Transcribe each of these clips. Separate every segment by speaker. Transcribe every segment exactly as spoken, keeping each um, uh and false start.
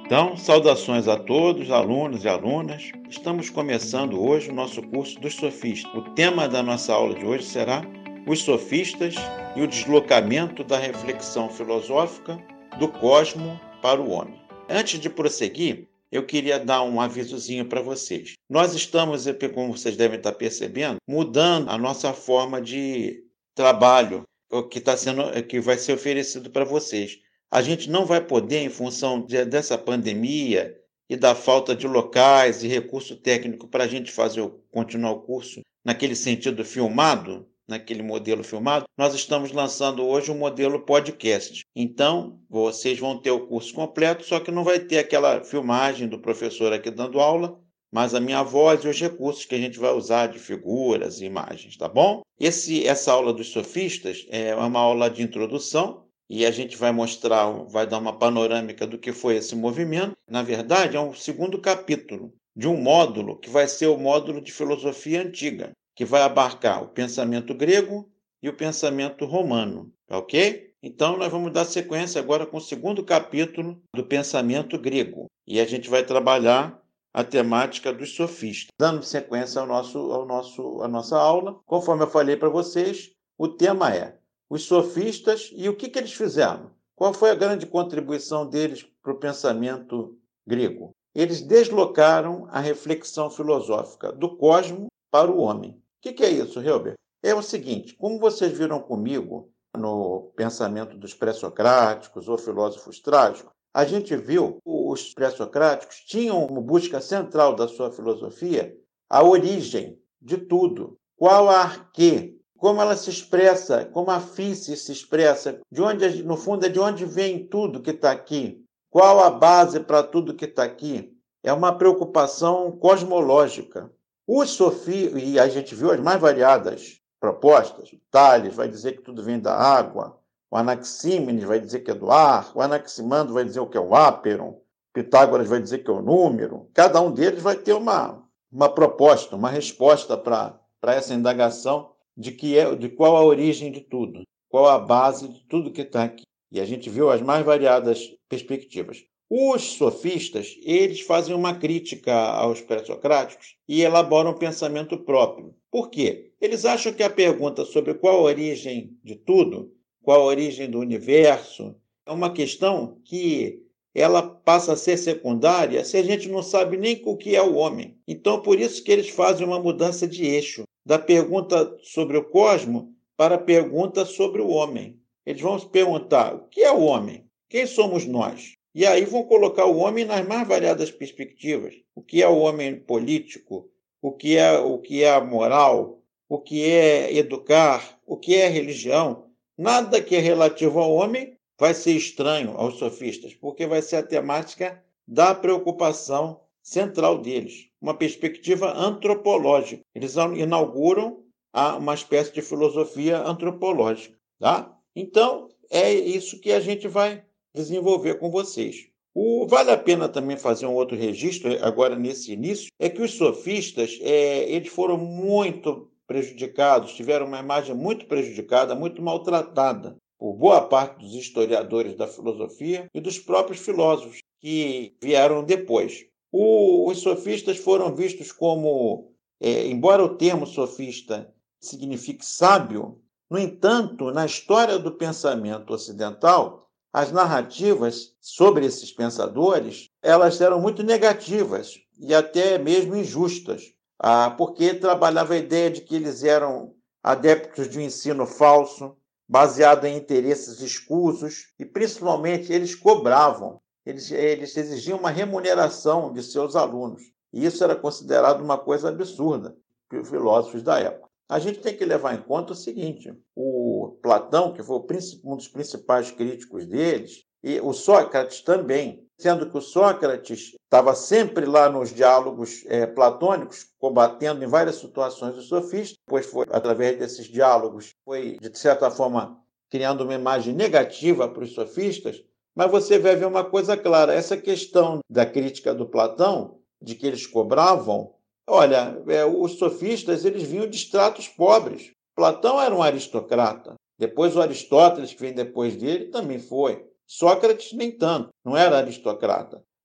Speaker 1: Então, saudações a todos, alunos e alunas. Estamos começando hoje o nosso curso dos sofistas. O tema da nossa aula de hoje será os sofistas e o deslocamento da reflexão filosófica do cosmo para o homem. Antes de prosseguir, eu queria dar um avisozinho para vocês. Nós estamos, como vocês devem estar percebendo, mudando a nossa forma de trabalho, o que está sendo, que vai ser oferecido para vocês. A gente não vai poder, em função de, dessa pandemia e da falta de locais e recurso técnico para a gente fazer o, continuar o curso naquele sentido filmado, naquele modelo filmado, nós estamos lançando hoje um modelo podcast. Então, vocês vão ter o curso completo, só que não vai ter aquela filmagem do professor aqui dando aula, mas a minha voz e os recursos que a gente vai usar de figuras e imagens, tá bom? Esse, essa aula dos sofistas é uma aula de introdução, e a gente vai mostrar, vai dar uma panorâmica do que foi esse movimento. Na verdade, é um segundo capítulo de um módulo que vai ser o módulo de filosofia antiga, que vai abarcar o pensamento grego e o pensamento romano, ok? Então, nós vamos dar sequência agora com o segundo capítulo do pensamento grego, e a gente vai trabalhar a temática dos sofistas. Dando sequência ao nosso, ao nosso, à nossa aula, conforme eu falei para vocês, o tema é os sofistas e o que, que eles fizeram? Qual foi a grande contribuição deles para o pensamento grego? Eles deslocaram a reflexão filosófica do cosmo para o homem. O que, que é isso, Hilbert? É o seguinte, como vocês viram comigo no pensamento dos pré-socráticos ou filósofos trágicos, a gente viu que os pré-socráticos tinham como busca central da sua filosofia a origem de tudo. Qual a arquê? Como ela se expressa, como a física se expressa, de onde, no fundo, é de onde vem tudo que está aqui. Qual a base para tudo que está aqui? É uma preocupação cosmológica. Os sofistas, e a gente viu as mais variadas propostas, o Tales vai dizer que tudo vem da água, o Anaxímenes vai dizer que é do ar, o Anaximandro vai dizer o que é o áperon, Pitágoras vai dizer que é o número. Cada um deles vai ter uma, uma proposta, uma resposta para essa indagação de, que é, de qual a origem de tudo, qual a base de tudo que está aqui. E a gente viu as mais variadas perspectivas. Os sofistas, eles fazem uma crítica aos pré-socráticos e elaboram um pensamento próprio. Por quê? Eles acham que a pergunta sobre qual a origem de tudo, qual a origem do universo, é uma questão que ela passa a ser secundária se a gente não sabe nem o que é o homem. Então, por isso que eles fazem uma mudança de eixo, da pergunta sobre o cosmo para a pergunta sobre o homem. Eles vão se perguntar, o que é o homem? Quem somos nós? E aí vão colocar o homem nas mais variadas perspectivas. O que é o homem político? O que é, o que é a moral? O que é educar? O que é religião? Nada que é relativo ao homem vai ser estranho aos sofistas, porque vai ser a temática da preocupação central deles, uma perspectiva antropológica. Eles inauguram uma espécie de filosofia antropológica, tá? Então, é isso que a gente vai desenvolver com vocês. O, vale a pena também fazer um outro registro, agora nesse início, é que os sofistas é, eles foram muito prejudicados, tiveram uma imagem muito prejudicada, muito maltratada por boa parte dos historiadores da filosofia e dos próprios filósofos que vieram depois. O, os sofistas foram vistos como, é, embora o termo sofista signifique sábio, no entanto, na história do pensamento ocidental, as narrativas sobre esses pensadores, elas eram muito negativas e até mesmo injustas, ah, porque trabalhava a ideia de que eles eram adeptos de um ensino falso, baseado em interesses escusos, e principalmente eles cobravam, eles, eles exigiam uma remuneração de seus alunos. E isso era considerado uma coisa absurda pelos filósofos da época. A gente tem que levar em conta o seguinte, o Platão, que foi um dos principais críticos deles, e o Sócrates também, sendo que o Sócrates estava sempre lá nos diálogos é, platônicos, combatendo em várias situações os sofistas, pois foi através desses diálogos, foi, de certa forma, criando uma imagem negativa para os sofistas, mas você vai ver uma coisa clara, essa questão da crítica do Platão, de que eles cobravam, olha, é, os sofistas eles vinham de estratos pobres. Platão era um aristocrata. Depois o Aristóteles, que vem depois dele, também foi. Sócrates nem tanto, não era aristocrata.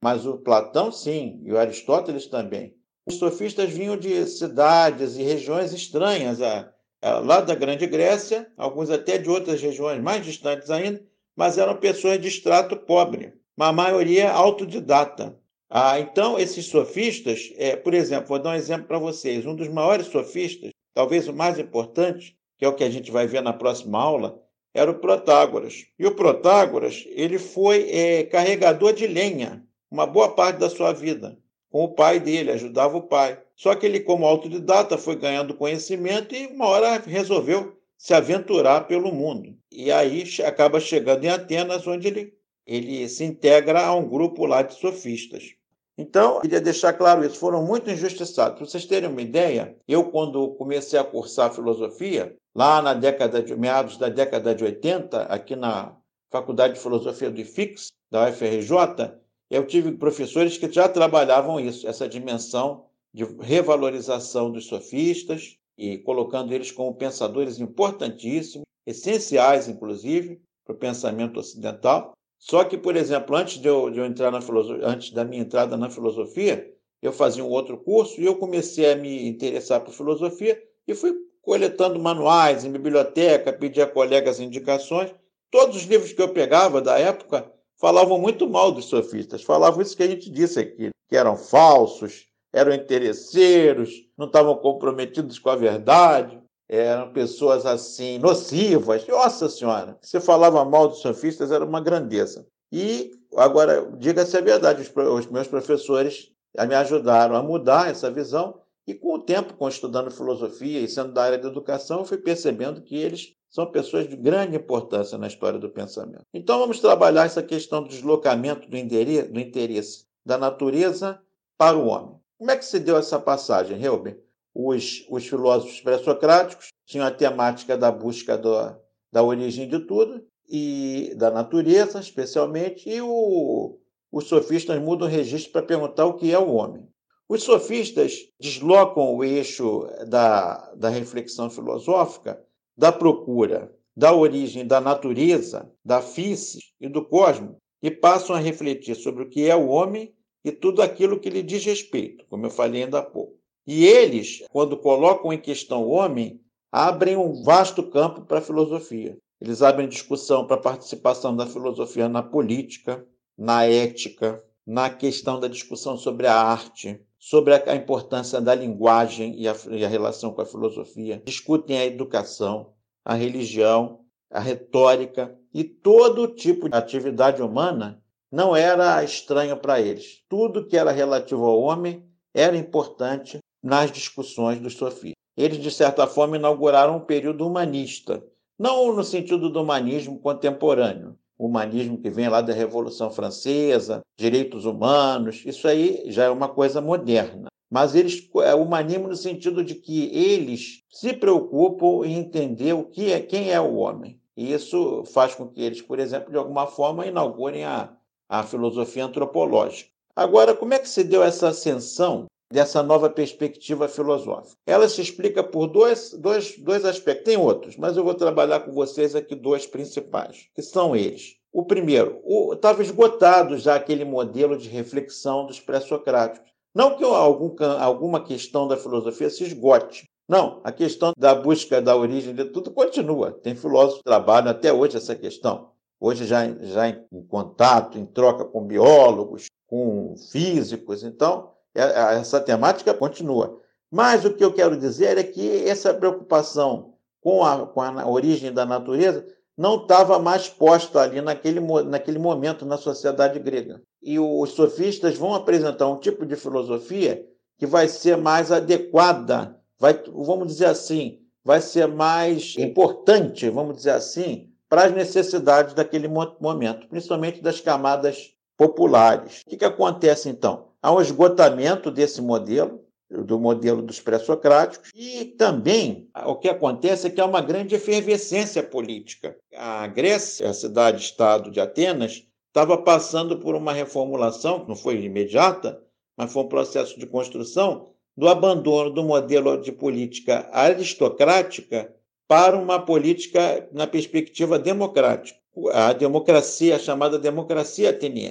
Speaker 1: mas o Platão sim, e o Aristóteles também. Os sofistas vinham de cidades e regiões estranhas, a, a, lá da Grande Grécia, alguns até de outras regiões mais distantes ainda, mas eram pessoas de extrato pobre, uma maioria autodidata. Ah, então, esses sofistas, é, por exemplo, vou dar um exemplo para vocês. Um dos maiores sofistas, talvez o mais importante, que é o que a gente vai ver na próxima aula, era o Protágoras. E o Protágoras, ele foi é, carregador de lenha uma boa parte da sua vida, com o pai dele, ajudava o pai. Só que ele, como autodidata, foi ganhando conhecimento e uma hora resolveu se aventurar pelo mundo. E aí acaba chegando em Atenas, onde ele, ele se integra a um grupo lá de sofistas. Então, queria deixar claro isso, foram muito injustiçados. Para vocês terem uma ideia, eu, quando comecei a cursar filosofia, lá na década de meados da década de oitenta, aqui na Faculdade de Filosofia do I F I X, da U F R J, eu tive professores que já trabalhavam isso, essa dimensão de revalorização dos sofistas e colocando eles como pensadores importantíssimos, essenciais, inclusive, para o pensamento ocidental. Só que, por exemplo, antes de eu, de eu entrar na filosofia, antes da minha entrada na filosofia, eu fazia um outro curso e eu comecei a me interessar por filosofia e fui coletando manuais em biblioteca, pedi a colegas indicações. Todos os livros que eu pegava da época falavam muito mal dos sofistas, falavam isso que a gente disse aqui, que eram falsos, eram interesseiros, não estavam comprometidos com a verdade, eram pessoas assim nocivas. Nossa Senhora, você falava mal dos sofistas, era uma grandeza. E agora, diga-se a verdade, os, os meus professores me ajudaram a mudar essa visão e com o tempo, com estudando filosofia e sendo da área da educação, eu fui percebendo que eles são pessoas de grande importância na história do pensamento. Então vamos trabalhar essa questão do deslocamento do interesse da natureza para o homem. Como é que se deu essa passagem, Helber? Os, os filósofos pré-socráticos tinham a temática da busca do, da origem de tudo, e da natureza, especialmente, e o, os sofistas mudam o registro para perguntar o que é o homem. Os sofistas deslocam o eixo da, da reflexão filosófica da procura da origem da natureza, da física e do cosmos, e passam a refletir sobre o que é o homem e tudo aquilo que lhe diz respeito, como eu falei ainda há pouco. E eles, quando colocam em questão o homem, abrem um vasto campo para a filosofia. Eles abrem discussão para a participação da filosofia na política, na ética, na questão da discussão sobre a arte, sobre a importância da linguagem e a, e a relação com a filosofia. Discutem a educação, a religião, a retórica e todo tipo de atividade humana não era estranho para eles. Tudo que era relativo ao homem era importante nas discussões dos sofistas. Eles, de certa forma, inauguraram um período humanista, não no sentido do humanismo contemporâneo, o humanismo que vem lá da Revolução Francesa, direitos humanos, isso aí já é uma coisa moderna. Mas eles, é humanismo no sentido de que eles se preocupam em entender o que é, quem é o homem. E isso faz com que eles, por exemplo, de alguma forma, inaugurem a, a filosofia antropológica. Agora, como é que se deu essa ascensão dessa nova perspectiva filosófica? Ela se explica por dois, dois, dois aspectos. Tem outros, mas eu vou trabalhar com vocês aqui dois principais, que são eles. O primeiro, estava esgotado já aquele modelo de reflexão dos pré-socráticos. Não que algum, alguma questão da filosofia se esgote. Não, a questão da busca da origem de tudo continua. Tem filósofos que trabalham até hoje essa questão. Hoje já, já em contato, em troca com biólogos, com físicos. Então, essa temática continua. Mas o que eu quero dizer é que essa preocupação com a, com a origem da natureza não estava mais posta ali naquele, naquele momento na sociedade grega. E os sofistas vão apresentar um tipo de filosofia que vai ser mais adequada, vai, vamos dizer assim, vai ser mais importante, vamos dizer assim, para as necessidades daquele momento, principalmente das camadas populares. O que, que acontece, então? Há um esgotamento desse modelo, do modelo dos pré-socráticos, e também o que acontece é que há uma grande efervescência política. A Grécia, a cidade-estado de Atenas, estava passando por uma reformulação, que não foi imediata, mas foi um processo de construção, do abandono do modelo de política aristocrática para uma política na perspectiva democrática. A democracia, a chamada democracia ateniense.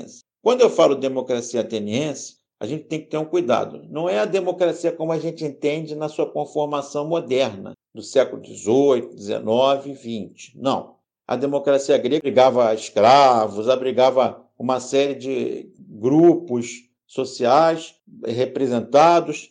Speaker 1: Quando eu falo democracia ateniense, a gente tem que ter um cuidado. Não é a democracia como a gente entende na sua conformação moderna, do século dezoito, dezenove e vinte. Não. A democracia grega abrigava escravos, abrigava uma série de grupos sociais representados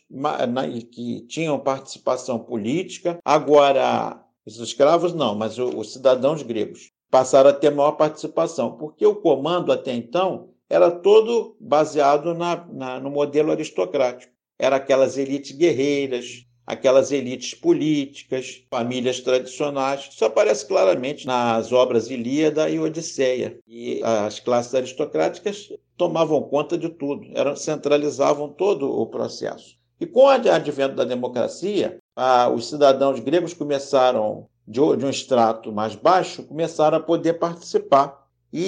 Speaker 1: que tinham participação política. Agora, os escravos não, mas os cidadãos gregos passaram a ter maior participação, porque o comando até então era todo baseado na, na, no modelo aristocrático. Era aquelas elites guerreiras, aquelas elites políticas, famílias tradicionais. Isso aparece claramente nas obras Ilíada e Odisseia. E as classes aristocráticas tomavam conta de tudo, eram, centralizavam todo o processo. E com o advento da democracia, ah, os cidadãos gregos começaram, de, de um extrato mais baixo, começaram a poder participar.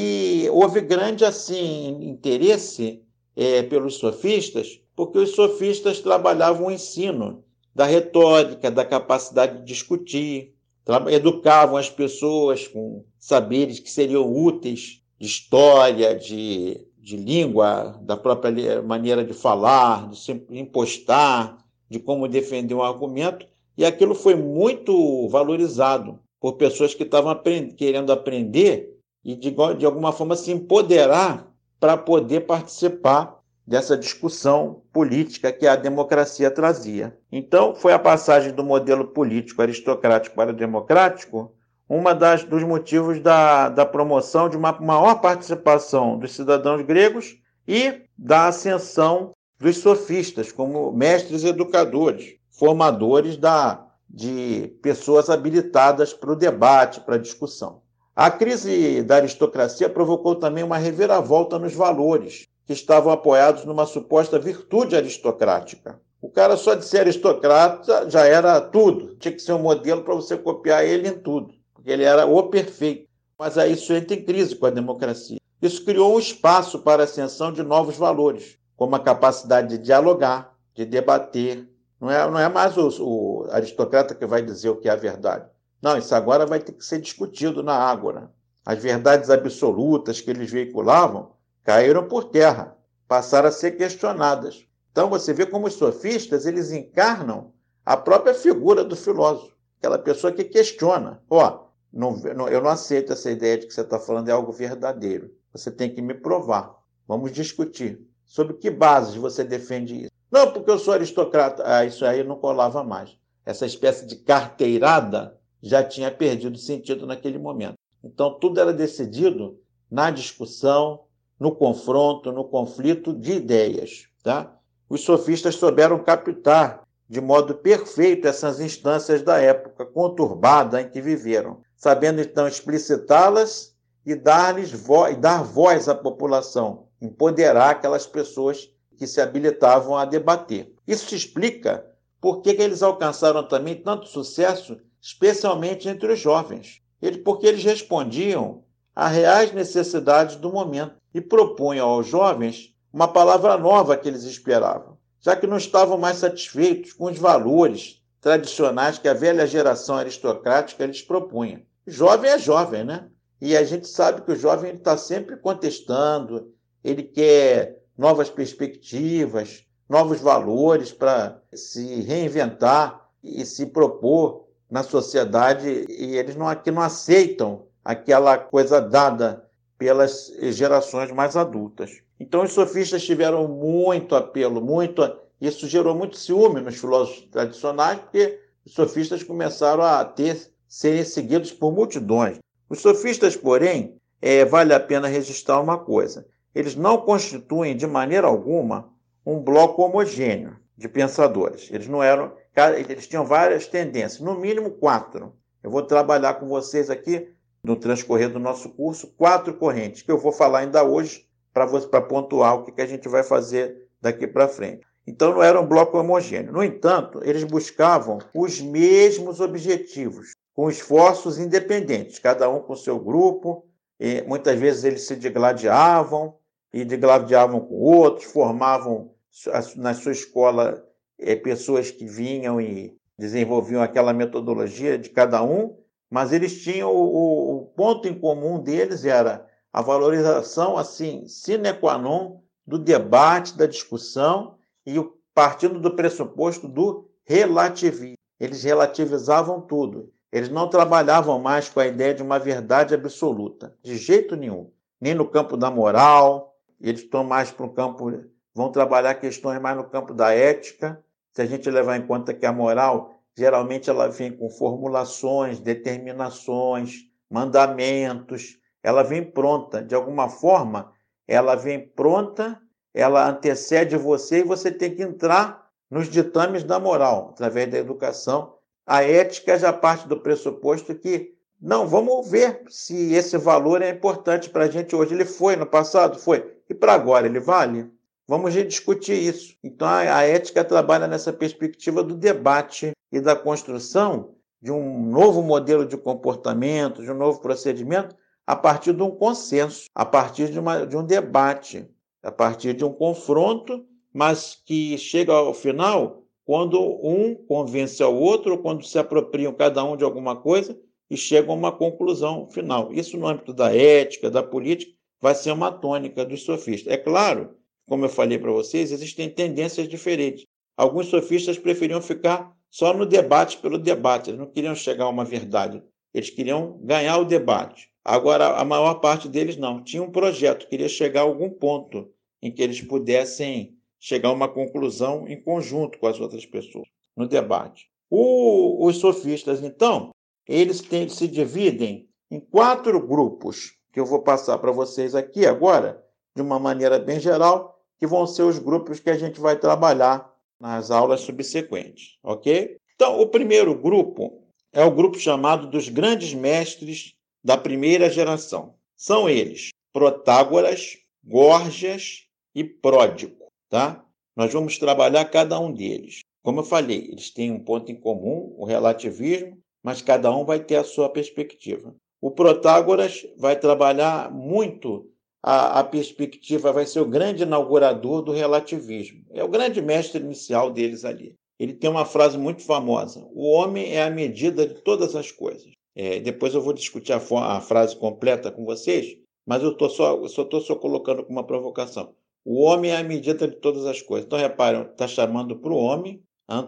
Speaker 1: E houve grande assim interesse é, pelos sofistas, porque os sofistas trabalhavam o ensino da retórica, da capacidade de discutir, educavam as pessoas com saberes que seriam úteis de história, de, de língua, da própria maneira de falar, de se impostar, de como defender um argumento, e aquilo foi muito valorizado por pessoas que estavam aprend- querendo aprender e, de, de alguma forma, se empoderar para poder participar dessa discussão política que a democracia trazia. Então, foi a passagem do modelo político aristocrático para o democrático uma das dos motivos da, da promoção de uma maior participação dos cidadãos gregos e da ascensão dos sofistas como mestres educadores, formadores da, de pessoas habilitadas para o debate, para a discussão. A crise da aristocracia provocou também uma reviravolta nos valores, que estavam apoiados numa suposta virtude aristocrática. O cara só de ser aristocrata já era tudo. Tinha que ser um modelo para você copiar ele em tudo, porque ele era o perfeito. Mas aí isso entra em crise com a democracia. Isso criou um espaço para a ascensão de novos valores, como a capacidade de dialogar, de debater. Não é, não é mais o, o aristocrata que vai dizer o que é a verdade. Não, isso agora vai ter que ser discutido na ágora. As verdades absolutas que eles veiculavam caíram por terra, passaram a ser questionadas. Então você vê como os sofistas eles encarnam a própria figura do filósofo, aquela pessoa que questiona. Ó, não, não, eu não aceito essa ideia de que você está falando é algo verdadeiro. Você tem que me provar. Vamos discutir. Sobre que bases você defende isso? Não, porque eu sou aristocrata. Ah, isso aí não colava mais. Essa espécie de carteirada já tinha perdido sentido naquele momento. Então, tudo era decidido na discussão, no confronto, no conflito de ideias. Tá? Os sofistas souberam captar de modo perfeito essas instâncias da época conturbada em que viveram, sabendo então explicitá-las e dar-lhes vo- e dar voz à população, empoderar aquelas pessoas que se habilitavam a debater. Isso explica por que eles alcançaram também tanto sucesso, especialmente entre os jovens. Porque eles respondiam a reais necessidades do momento e propunham aos jovens uma palavra nova que eles esperavam, já que não estavam mais satisfeitos com os valores tradicionais que a velha geração aristocrática lhes propunha. Jovem é jovem, né? E a gente sabe que o jovem está sempre contestando, ele quer novas perspectivas, novos valores para se reinventar e se propor na sociedade, e eles não, que não aceitam aquela coisa dada pelas gerações mais adultas. Então os sofistas tiveram muito apelo, muito, isso gerou muito ciúme nos filósofos tradicionais, porque os sofistas começaram a ter, serem seguidos por multidões. Os sofistas, porém, é, vale a pena registrar uma coisa, eles não constituem de maneira alguma um bloco homogêneo de pensadores. Eles não eram, eles tinham várias tendências, no mínimo quatro. Eu vou trabalhar com vocês aqui no transcorrer do nosso curso quatro correntes que eu vou falar ainda hoje para para pontuar o que, que a gente vai fazer daqui para frente. Então não era um bloco homogêneo. No entanto, eles buscavam os mesmos objetivos, com esforços independentes, cada um com seu grupo. E muitas vezes eles se digladiavam e digladiavam com outros, formavam na sua escola é, pessoas que vinham e desenvolviam aquela metodologia de cada um, mas eles tinham o, o ponto em comum deles era a valorização assim sine qua non do debate, da discussão e o partindo do pressuposto do relativismo. Eles relativizavam tudo. Eles não trabalhavam mais com a ideia de uma verdade absoluta, de jeito nenhum. Nem no campo da moral, eles estão mais para o campo, vão trabalhar questões mais no campo da ética. Se a gente levar em conta que a moral, geralmente ela vem com formulações, determinações, mandamentos, ela vem pronta. De alguma forma, ela vem pronta, ela antecede você e você tem que entrar nos ditames da moral, através da educação. A ética já parte do pressuposto que, não, vamos ver se esse valor é importante para a gente hoje. Ele foi no passado? Foi. E para agora, ele vale? Vamos discutir isso. Então, a ética trabalha nessa perspectiva do debate e da construção de um novo modelo de comportamento, de um novo procedimento, a partir de um consenso, a partir de, uma, de um debate, a partir de um confronto, mas que chega ao final quando um convence ao outro, quando se apropriam cada um de alguma coisa e chegam a uma conclusão final. Isso no âmbito da ética, da política, vai ser uma tônica dos sofistas. É claro, como eu falei para vocês, existem tendências diferentes. Alguns sofistas preferiam ficar só no debate pelo debate, eles não queriam chegar a uma verdade, eles queriam ganhar o debate. Agora, a maior parte deles não, tinha um projeto, queria chegar a algum ponto em que eles pudessem chegar a uma conclusão em conjunto com as outras pessoas, no debate. O, os sofistas, então, eles têm, se dividem em quatro grupos, que eu vou passar para vocês aqui agora, de uma maneira bem geral, que vão ser os grupos que a gente vai trabalhar nas aulas subsequentes, ok? Então, o primeiro grupo é o grupo chamado dos grandes mestres da primeira geração. São eles Protágoras, Górgias e Pródico, tá? Nós vamos trabalhar cada um deles. Como eu falei, eles têm um ponto em comum, o relativismo, mas cada um vai ter a sua perspectiva. O Protágoras vai trabalhar muito a, a perspectiva, vai ser o grande inaugurador do relativismo. É o grande mestre inicial deles ali. Ele tem uma frase muito famosa: o homem é a medida de todas as coisas. É, depois eu vou discutir a, a frase completa com vocês, mas eu tô só estou só, só colocando como uma provocação. O homem é a medida de todas as coisas. Então, reparem, está chamando para o homem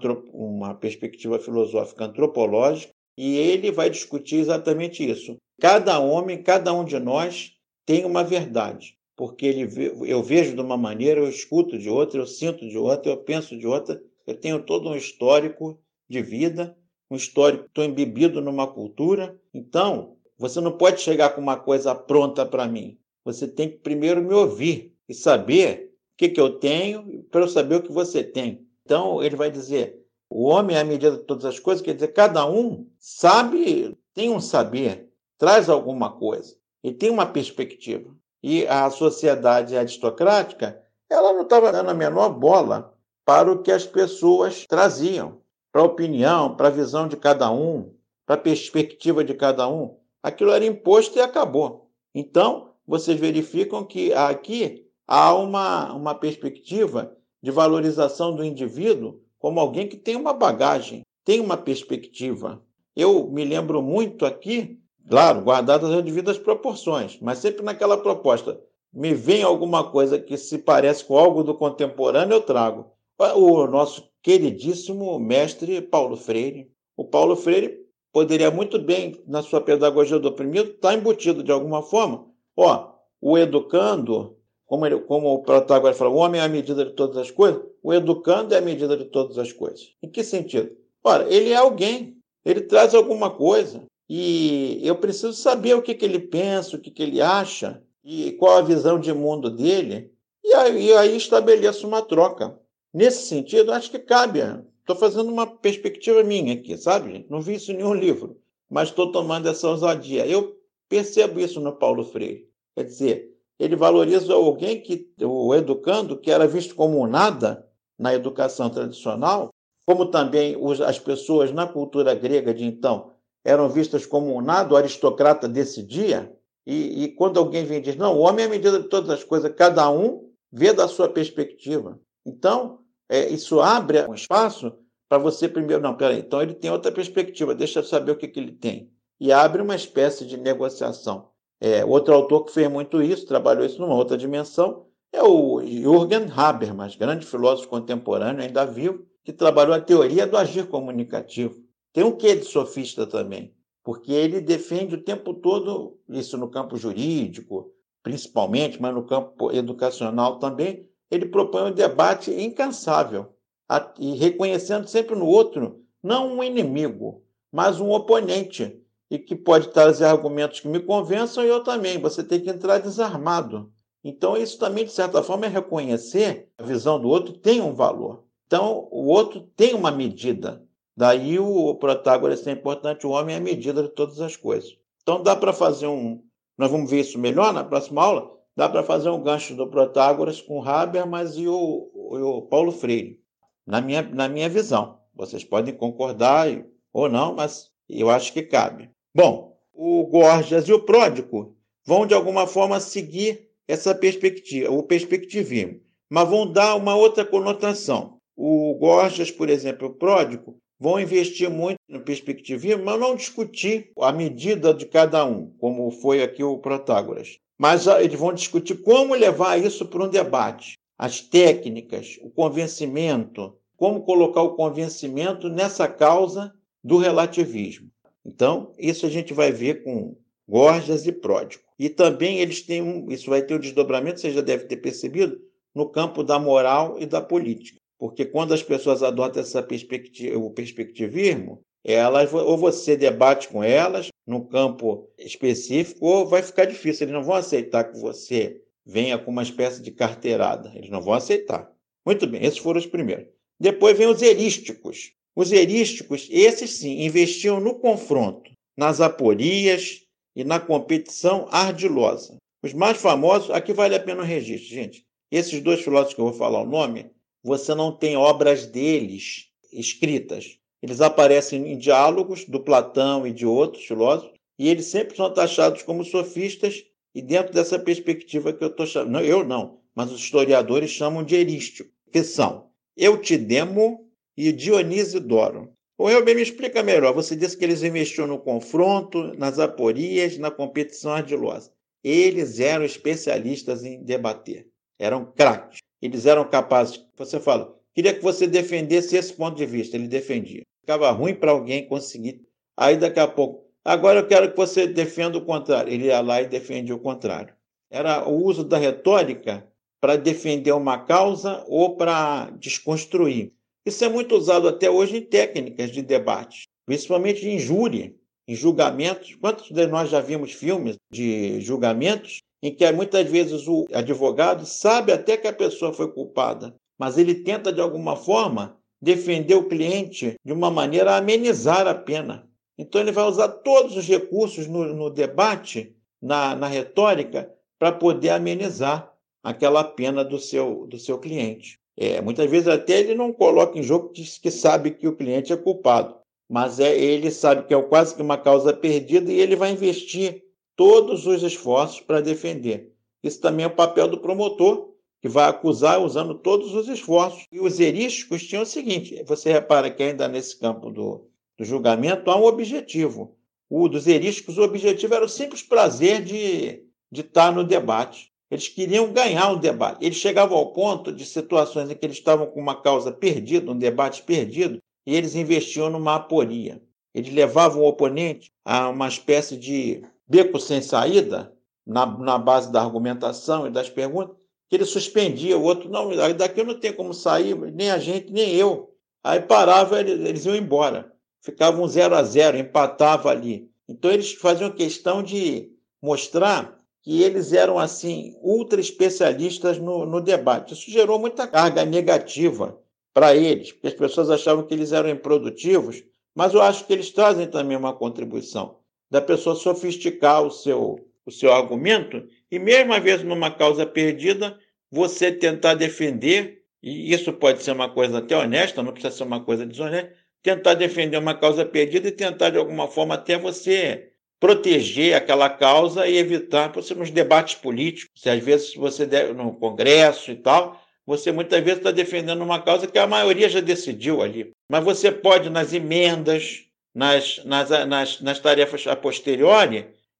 Speaker 1: uma perspectiva filosófica antropológica, e ele vai discutir exatamente isso. Cada homem, cada um de nós tem uma verdade, porque ele, eu vejo de uma maneira, eu escuto de outra, eu sinto de outra, eu penso de outra, eu tenho todo um histórico de vida, um histórico, estou embebido numa cultura. Então, você não pode chegar com uma coisa pronta para mim. Você tem que primeiro me ouvir e saber o que, que eu tenho para eu saber o que você tem. Então, ele vai dizer, o homem é a medida de todas as coisas, quer dizer, cada um sabe, tem um saber, traz alguma coisa, e tem uma perspectiva. E a sociedade aristocrática, ela não estava dando a menor bola para o que as pessoas traziam, para a opinião, para a visão de cada um, para a perspectiva de cada um. Aquilo era imposto e acabou. Então, vocês verificam que aqui há uma, uma perspectiva de valorização do indivíduo como alguém que tem uma bagagem, tem uma perspectiva. Eu me lembro muito aqui, claro, guardadas as devidas proporções, mas sempre naquela proposta. Me vem alguma coisa que se parece com algo do contemporâneo, eu trago. O nosso queridíssimo mestre Paulo Freire. O Paulo Freire poderia muito bem, na sua pedagogia do oprimido, estar embutido de alguma forma. Ó, o educando, como, ele, como o protagonista fala, o homem é a medida de todas as coisas, o educando é a medida de todas as coisas. Em que sentido? Ora, ele é alguém, ele traz alguma coisa, e eu preciso saber o que, que ele pensa, o que, que ele acha, e qual a visão de mundo dele, e aí, aí estabeleço uma troca. Nesse sentido, acho que cabe. Estou fazendo uma perspectiva minha aqui, sabe? Não vi isso em nenhum livro, mas estou tomando essa ousadia. Eu percebo isso no Paulo Freire. Quer dizer, ele valoriza alguém que, o educando, que era visto como nada na educação tradicional, como também os, as pessoas na cultura grega de então eram vistas como nada, o aristocrata decidia, e, e quando alguém vem e diz, não, o homem é a medida de todas as coisas, cada um vê da sua perspectiva. Então, é, isso abre um espaço para você primeiro, não, peraí, então ele tem outra perspectiva, deixa eu saber o que, que ele tem. E abre uma espécie de negociação. É, outro autor que fez muito isso, trabalhou isso numa outra dimensão, é o Jürgen Habermas, grande filósofo contemporâneo, ainda vivo, que trabalhou a teoria do agir comunicativo. Tem um quê de sofista também, porque ele defende o tempo todo, isso no campo jurídico, principalmente, mas no campo educacional também, ele propõe um debate incansável, e reconhecendo sempre no outro, não um inimigo, mas um oponente, e que pode trazer argumentos que me convençam e eu também. Você tem que entrar desarmado. Então, isso também, de certa forma, é reconhecer a visão do outro tem um valor. Então, o outro tem uma medida. Daí o Protágoras é importante, o homem é a medida de todas as coisas. Então, dá para fazer um... Nós vamos ver isso melhor na próxima aula. Dá para fazer um gancho do Protágoras com o Habermas e o, o Paulo Freire, na minha, na minha visão. Vocês podem concordar ou não, mas eu acho que cabe. Bom, o Gorgias e o Pródico vão, de alguma forma, seguir essa perspectiva, o perspectivismo, mas vão dar uma outra conotação. O Gorgias, por exemplo, e o Pródico vão investir muito no perspectivismo, mas não discutir a medida de cada um, como foi aqui o Protágoras. Mas eles vão discutir como levar isso para um debate. As técnicas, o convencimento, como colocar o convencimento nessa causa do relativismo. Então, isso a gente vai ver com Gorgias e Pródico. E também eles têm um, isso vai ter um desdobramento, você já deve ter percebido, no campo da moral e da política. Porque quando as pessoas adotam essa perspectiva, o perspectivismo, elas, ou você debate com elas no campo específico, ou vai ficar difícil. Eles não vão aceitar que você venha com uma espécie de carteirada. Eles não vão aceitar. Muito bem, esses foram os primeiros. Depois vem os erísticos. Os erísticos, esses sim, investiam no confronto, nas aporias e na competição ardilosa. Os mais famosos, aqui vale a pena o registro, gente. Esses dois filósofos que eu vou falar o nome, você não tem obras deles escritas. Eles aparecem em diálogos do Platão e de outros filósofos, e eles sempre são taxados como sofistas, e dentro dessa perspectiva que eu estou chamando, não, eu não, mas os historiadores chamam de erístico, que são Eutidemo e Dionísio-Doro. O Elber me explica melhor. Você disse que eles investiam no confronto, nas aporias, na competição ardilosa. Eles eram especialistas em debater. Eram craques. Eles eram capazes... Você fala, queria que você defendesse esse ponto de vista. Ele defendia. Ficava ruim para alguém conseguir. Aí, daqui a pouco, agora eu quero que você defenda o contrário. Ele ia lá e defendia o contrário. Era o uso da retórica para defender uma causa ou para desconstruir. Isso é muito usado até hoje em técnicas de debate, principalmente em júri, em julgamentos. Quantos de nós já vimos filmes de julgamentos em que muitas vezes o advogado sabe até que a pessoa foi culpada, mas ele tenta de alguma forma defender o cliente de uma maneira a amenizar a pena. Então ele vai usar todos os recursos no, no debate, na, na retórica, para poder amenizar aquela pena do seu, do seu cliente. É, muitas vezes até ele não coloca em jogo que, que sabe que o cliente é culpado, mas é, ele sabe que é quase que uma causa perdida e ele vai investir todos os esforços para defender. Isso também é o papel do promotor, que vai acusar usando todos os esforços. E os erísticos tinham o seguinte, você repara que ainda nesse campo do, do julgamento há um objetivo. O dos erísticos, o objetivo era o simples prazer de, de estar no debate. Eles queriam ganhar o debate. Eles chegavam ao ponto de situações em que eles estavam com uma causa perdida, um debate perdido, e eles investiam numa aporia. Eles levavam o oponente a uma espécie de beco sem saída, na, na base da argumentação e das perguntas, que ele suspendia o outro. Não, daqui eu não tenho como sair, nem a gente, nem eu. Aí parava, eles iam embora. Ficavam zero a zero, empatava ali. Então eles faziam questão de mostrar que eles eram, assim, ultra especialistas no, no debate. Isso gerou muita carga negativa para eles, porque as pessoas achavam que eles eram improdutivos, mas eu acho que eles trazem também uma contribuição da pessoa sofisticar o seu, o seu argumento e, mesmo às vezes, numa causa perdida, você tentar defender, e isso pode ser uma coisa até honesta, não precisa ser uma coisa desonesta, tentar defender uma causa perdida e tentar, de alguma forma, até você proteger aquela causa e evitar, por exemplo, nos debates políticos, se às vezes você deve, no Congresso e tal, você muitas vezes está defendendo uma causa que a maioria já decidiu ali. Mas você pode, nas emendas, nas, nas, nas, nas tarefas a posteriori,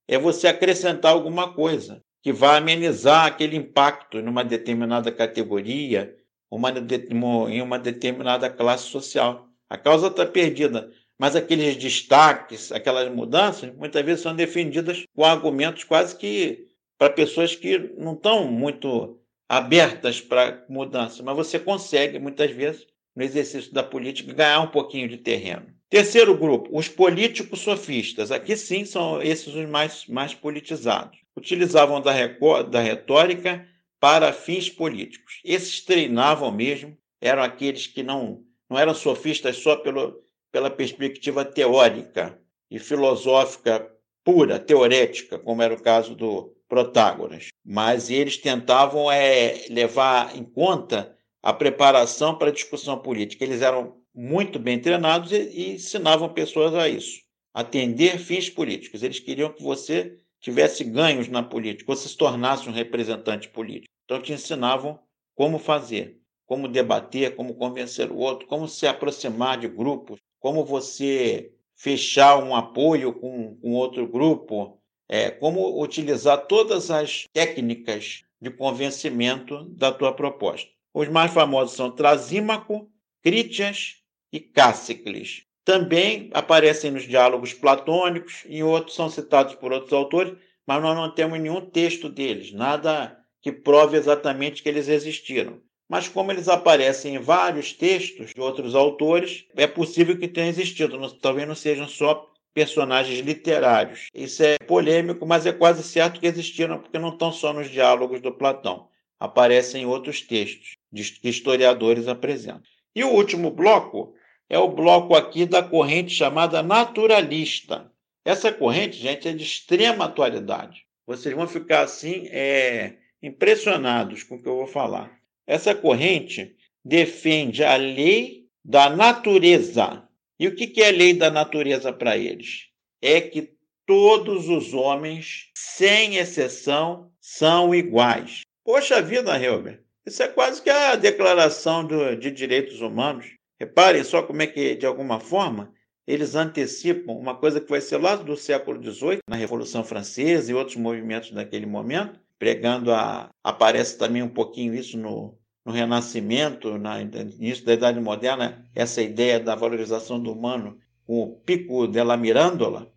Speaker 1: é você acrescentar alguma coisa que vai amenizar aquele impacto numa determinada categoria, uma, em uma determinada classe social. A causa está perdida, mas aqueles destaques, aquelas mudanças, muitas vezes são defendidas com argumentos quase que para pessoas que não estão muito abertas para mudança, mas você consegue, muitas vezes, no exercício da política, ganhar um pouquinho de terreno. Terceiro grupo, os políticos sofistas. Aqui sim são esses os mais, mais politizados. Utilizavam da, da retórica para fins políticos. Esses treinavam mesmo, eram aqueles que não, não eram sofistas só pelo, pela perspectiva teórica e filosófica pura, teorética, como era o caso do Protágoras, mas eles tentavam é, levar em conta a preparação para a discussão política. Eles eram muito bem treinados e, e ensinavam pessoas a isso, atender fins políticos. Eles queriam que você tivesse ganhos na política, você se tornasse um representante político. Então, te ensinavam como fazer, como debater, como convencer o outro, como se aproximar de grupos, como você fechar um apoio com, com outro grupo, é, como utilizar todas as técnicas de convencimento da tua proposta. Os mais famosos são Trasímaco, Crítias e Cássicles. Também aparecem nos diálogos platônicos, e outros são citados por outros autores, mas nós não temos nenhum texto deles, nada que prove exatamente que eles existiram. Mas como eles aparecem em vários textos de outros autores, é possível que tenham existido, talvez não sejam só personagens literários. Isso é polêmico, mas é quase certo que existiram, porque não estão só nos diálogos do Platão. Aparecem em outros textos que historiadores apresentam. E o último bloco é o bloco aqui da corrente chamada naturalista. Essa corrente, gente, é de extrema atualidade. Vocês vão ficar assim é, impressionados com o que eu vou falar. Essa corrente defende a lei da natureza. E o que é a lei da natureza para eles? É que todos os homens, sem exceção, são iguais. Poxa vida, Helber, isso é quase que a declaração do, de direitos humanos. Reparem só como é que, de alguma forma, eles antecipam uma coisa que vai ser lá do século dezoito, na Revolução Francesa e outros movimentos daquele momento, pregando a... Aparece também um pouquinho isso no, no Renascimento, no início da Idade Moderna, essa ideia da valorização do humano com o Pico della Mirandola,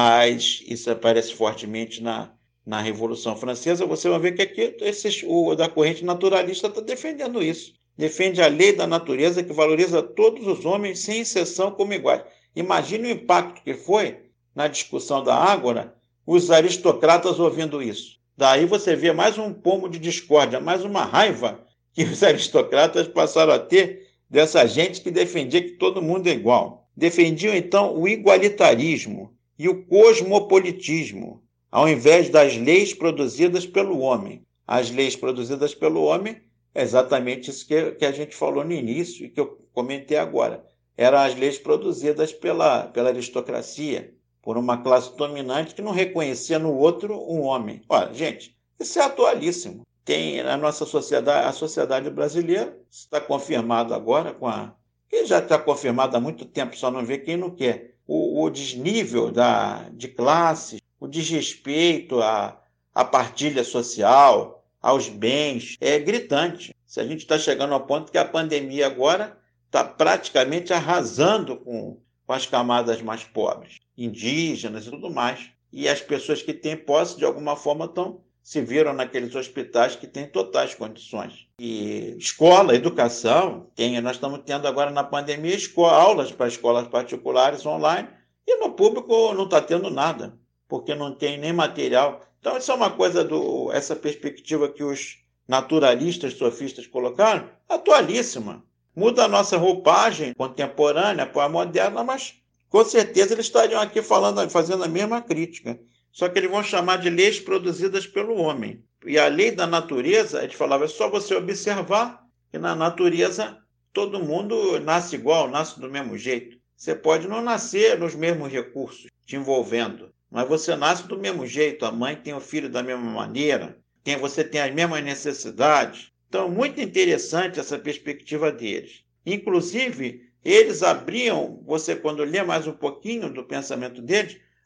Speaker 1: mas isso aparece fortemente na, na Revolução Francesa. Você vai ver que aqui esses, o da corrente naturalista está defendendo isso. Defende a lei da natureza que valoriza todos os homens, sem exceção, como iguais. Imagine o impacto que foi na discussão da Ágora, os aristocratas ouvindo isso. Daí você vê mais um pomo de discórdia, mais uma raiva que os aristocratas passaram a ter dessa gente que defendia que todo mundo é igual. Defendiam, então, o igualitarismo e o cosmopolitismo, ao invés das leis produzidas pelo homem. As leis produzidas pelo homem é exatamente isso que, que a gente falou no início e que eu comentei agora. Eram as leis produzidas pela, pela aristocracia, por uma classe dominante que não reconhecia no outro um homem. Olha, gente, isso é atualíssimo. Tem a nossa sociedade, a sociedade brasileira, está confirmado agora com a... que já está confirmado há muito tempo, só não vê quem não quer. O, o desnível da, de classes, o desrespeito à, à partilha social, aos bens, é gritante. Se a gente está chegando ao ponto que a pandemia agora está praticamente arrasando com, com as camadas mais pobres, indígenas e tudo mais. E as pessoas que têm posse, de alguma forma, estão se viram naqueles hospitais que têm totais condições. E escola, educação, tem, nós estamos tendo agora na pandemia escola, aulas para escolas particulares online, e no público não está tendo nada, porque não tem nem material. Então, isso é uma coisa, do, essa perspectiva que os naturalistas, sofistas colocaram, atualíssima. Muda a nossa roupagem contemporânea, pós-moderna, mas com certeza eles estariam aqui falando, fazendo a mesma crítica. Só que eles vão chamar de leis produzidas pelo homem. E a lei da natureza, eles falavam, é só você observar que na natureza todo mundo nasce igual, nasce do mesmo jeito. Você pode não nascer nos mesmos recursos, te envolvendo, mas você nasce do mesmo jeito. A mãe tem o filho da mesma maneira, tem, você tem as mesmas necessidades. Então, muito interessante essa perspectiva deles. Inclusive, eles abriam, você quando lê mais um pouquinho do pensamento deles,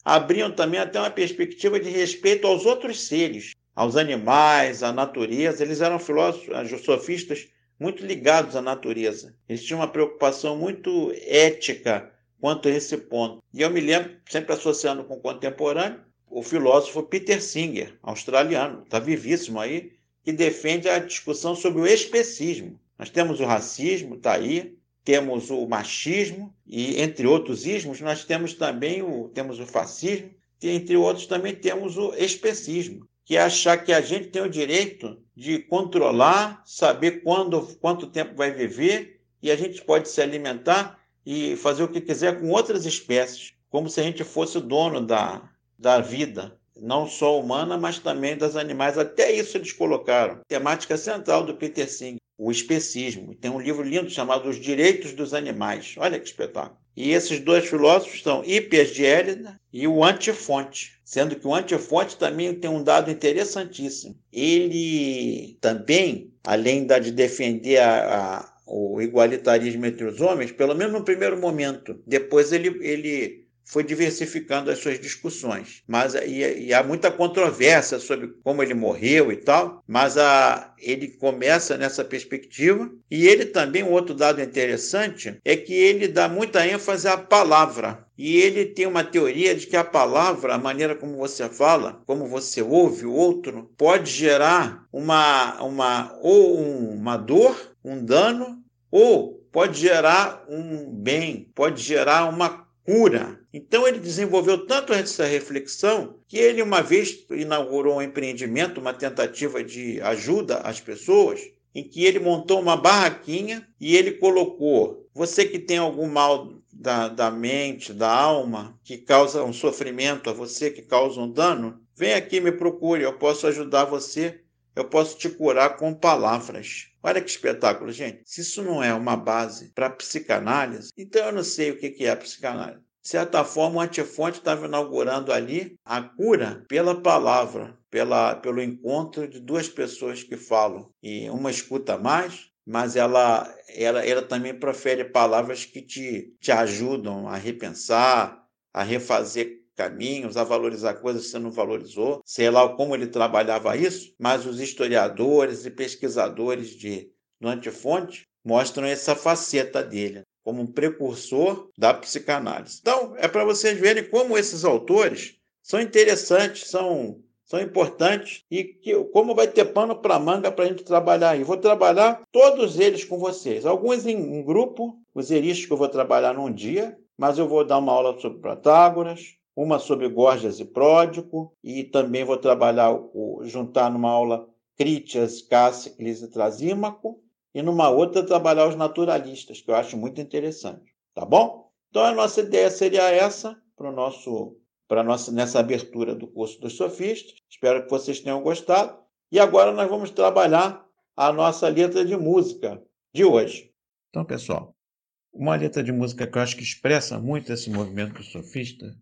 Speaker 1: abriam também até uma perspectiva de respeito aos outros seres, aos animais, à natureza. Eles eram filósofos, sofistas, muito ligados à natureza. Eles tinham uma preocupação muito ética quanto a esse ponto. E eu me lembro, sempre associando com o contemporâneo, o filósofo Peter Singer, australiano, está vivíssimo aí, que defende a discussão sobre o especismo. Nós temos o racismo, está aí, temos o machismo e, entre outros ismos, nós temos também o, temos o fascismo e, entre outros, também temos o especismo, que é achar que a gente tem o direito de controlar, saber quando, quanto tempo vai viver, e a gente pode se alimentar e fazer o que quiser com outras espécies, como se a gente fosse o dono da, da vida, não só humana, mas também das animais. Até isso eles colocaram. Temática central do Peter Singer, o especismo. Tem um livro lindo chamado Os Direitos dos Animais. Olha que espetáculo. E esses dois filósofos são Hippias de Élida e o Antifonte, sendo que o Antifonte também tem um dado interessantíssimo. Ele também, além de defender a, a, o igualitarismo entre os homens, pelo menos no primeiro momento, depois ele, ele foi diversificando as suas discussões. Mas e, e há muita controvérsia sobre como ele morreu e tal, mas a, ele começa nessa perspectiva. E ele também, um outro dado interessante, é que ele dá muita ênfase à palavra. E ele tem uma teoria de que a palavra, a maneira como você fala, como você ouve o outro, pode gerar uma, uma, ou uma dor, um dano, ou pode gerar um bem, pode gerar uma cura. Então ele desenvolveu tanto essa reflexão que ele uma vez inaugurou um empreendimento, uma tentativa de ajuda às pessoas, em que ele montou uma barraquinha e ele colocou: você que tem algum mal da, da mente, da alma, que causa um sofrimento a você, que causa um dano, vem aqui, me procure, eu posso ajudar você, eu posso te curar com palavras. Olha que espetáculo, gente. Se isso não é uma base para psicanálise, então eu não sei o que é a psicanálise. De certa forma, o Antifonte estava inaugurando ali a cura pela palavra, pela, pelo encontro de duas pessoas que falam. E uma escuta mais, mas ela, ela, ela também profere palavras que te, te ajudam a repensar, a refazer caminhos, a valorizar coisas que você não valorizou. Sei lá como ele trabalhava isso, mas os historiadores e pesquisadores de, do Antifonte mostram essa faceta dele como um precursor da psicanálise. Então, é para vocês verem como esses autores são interessantes, são, são importantes e que, como vai ter pano para manga para a gente trabalhar aí. Vou trabalhar todos eles com vocês. Alguns em, em grupo, os eristos que eu vou trabalhar num dia, mas eu vou dar uma aula sobre Protágoras, uma sobre Górgias e Pródico, e também vou trabalhar, o, juntar numa aula Crítias, Cássicles e Trasímaco, e numa outra trabalhar os naturalistas, que eu acho muito interessante. Tá bom? Então a nossa ideia seria essa, para o nosso, para nossa, nessa abertura do curso dos sofistas. Espero que vocês tenham gostado. E agora nós vamos trabalhar a nossa letra de música de hoje. Então, pessoal, uma letra de música que eu acho que expressa muito esse movimento do sofista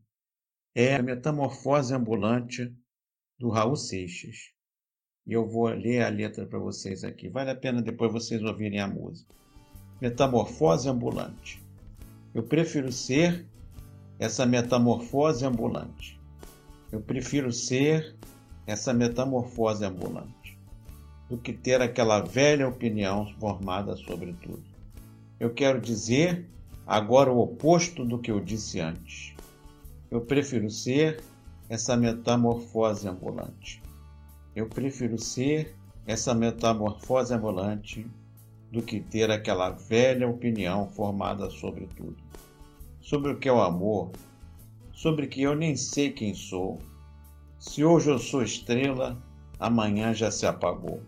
Speaker 1: é a Metamorfose Ambulante, do Raul Seixas. E eu vou ler a letra para vocês aqui. Vale a pena depois vocês ouvirem a música. Metamorfose ambulante. Eu prefiro ser essa metamorfose ambulante. Eu prefiro ser essa metamorfose ambulante do que ter aquela velha opinião formada sobre tudo. Eu quero dizer agora o oposto do que eu disse antes. Eu prefiro ser essa metamorfose ambulante. Eu prefiro ser essa metamorfose ambulante do que ter aquela velha opinião formada sobre tudo. Sobre o que é o amor, sobre que eu nem sei quem sou. Se hoje eu sou estrela, amanhã já se apagou.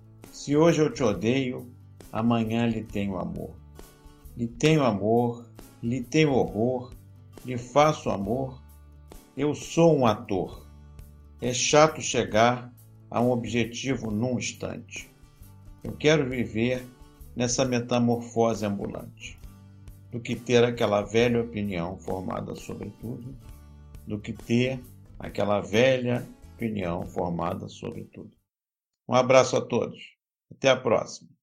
Speaker 1: Se hoje eu te odeio, amanhã lhe tenho amor. Lhe tenho amor, lhe tenho horror, lhe faço amor. Eu sou um ator. É chato chegar a um objetivo num instante. Eu quero viver nessa metamorfose ambulante, do que ter aquela velha opinião formada sobre tudo, do que ter aquela velha opinião formada sobre tudo. Um abraço a todos. Até a próxima.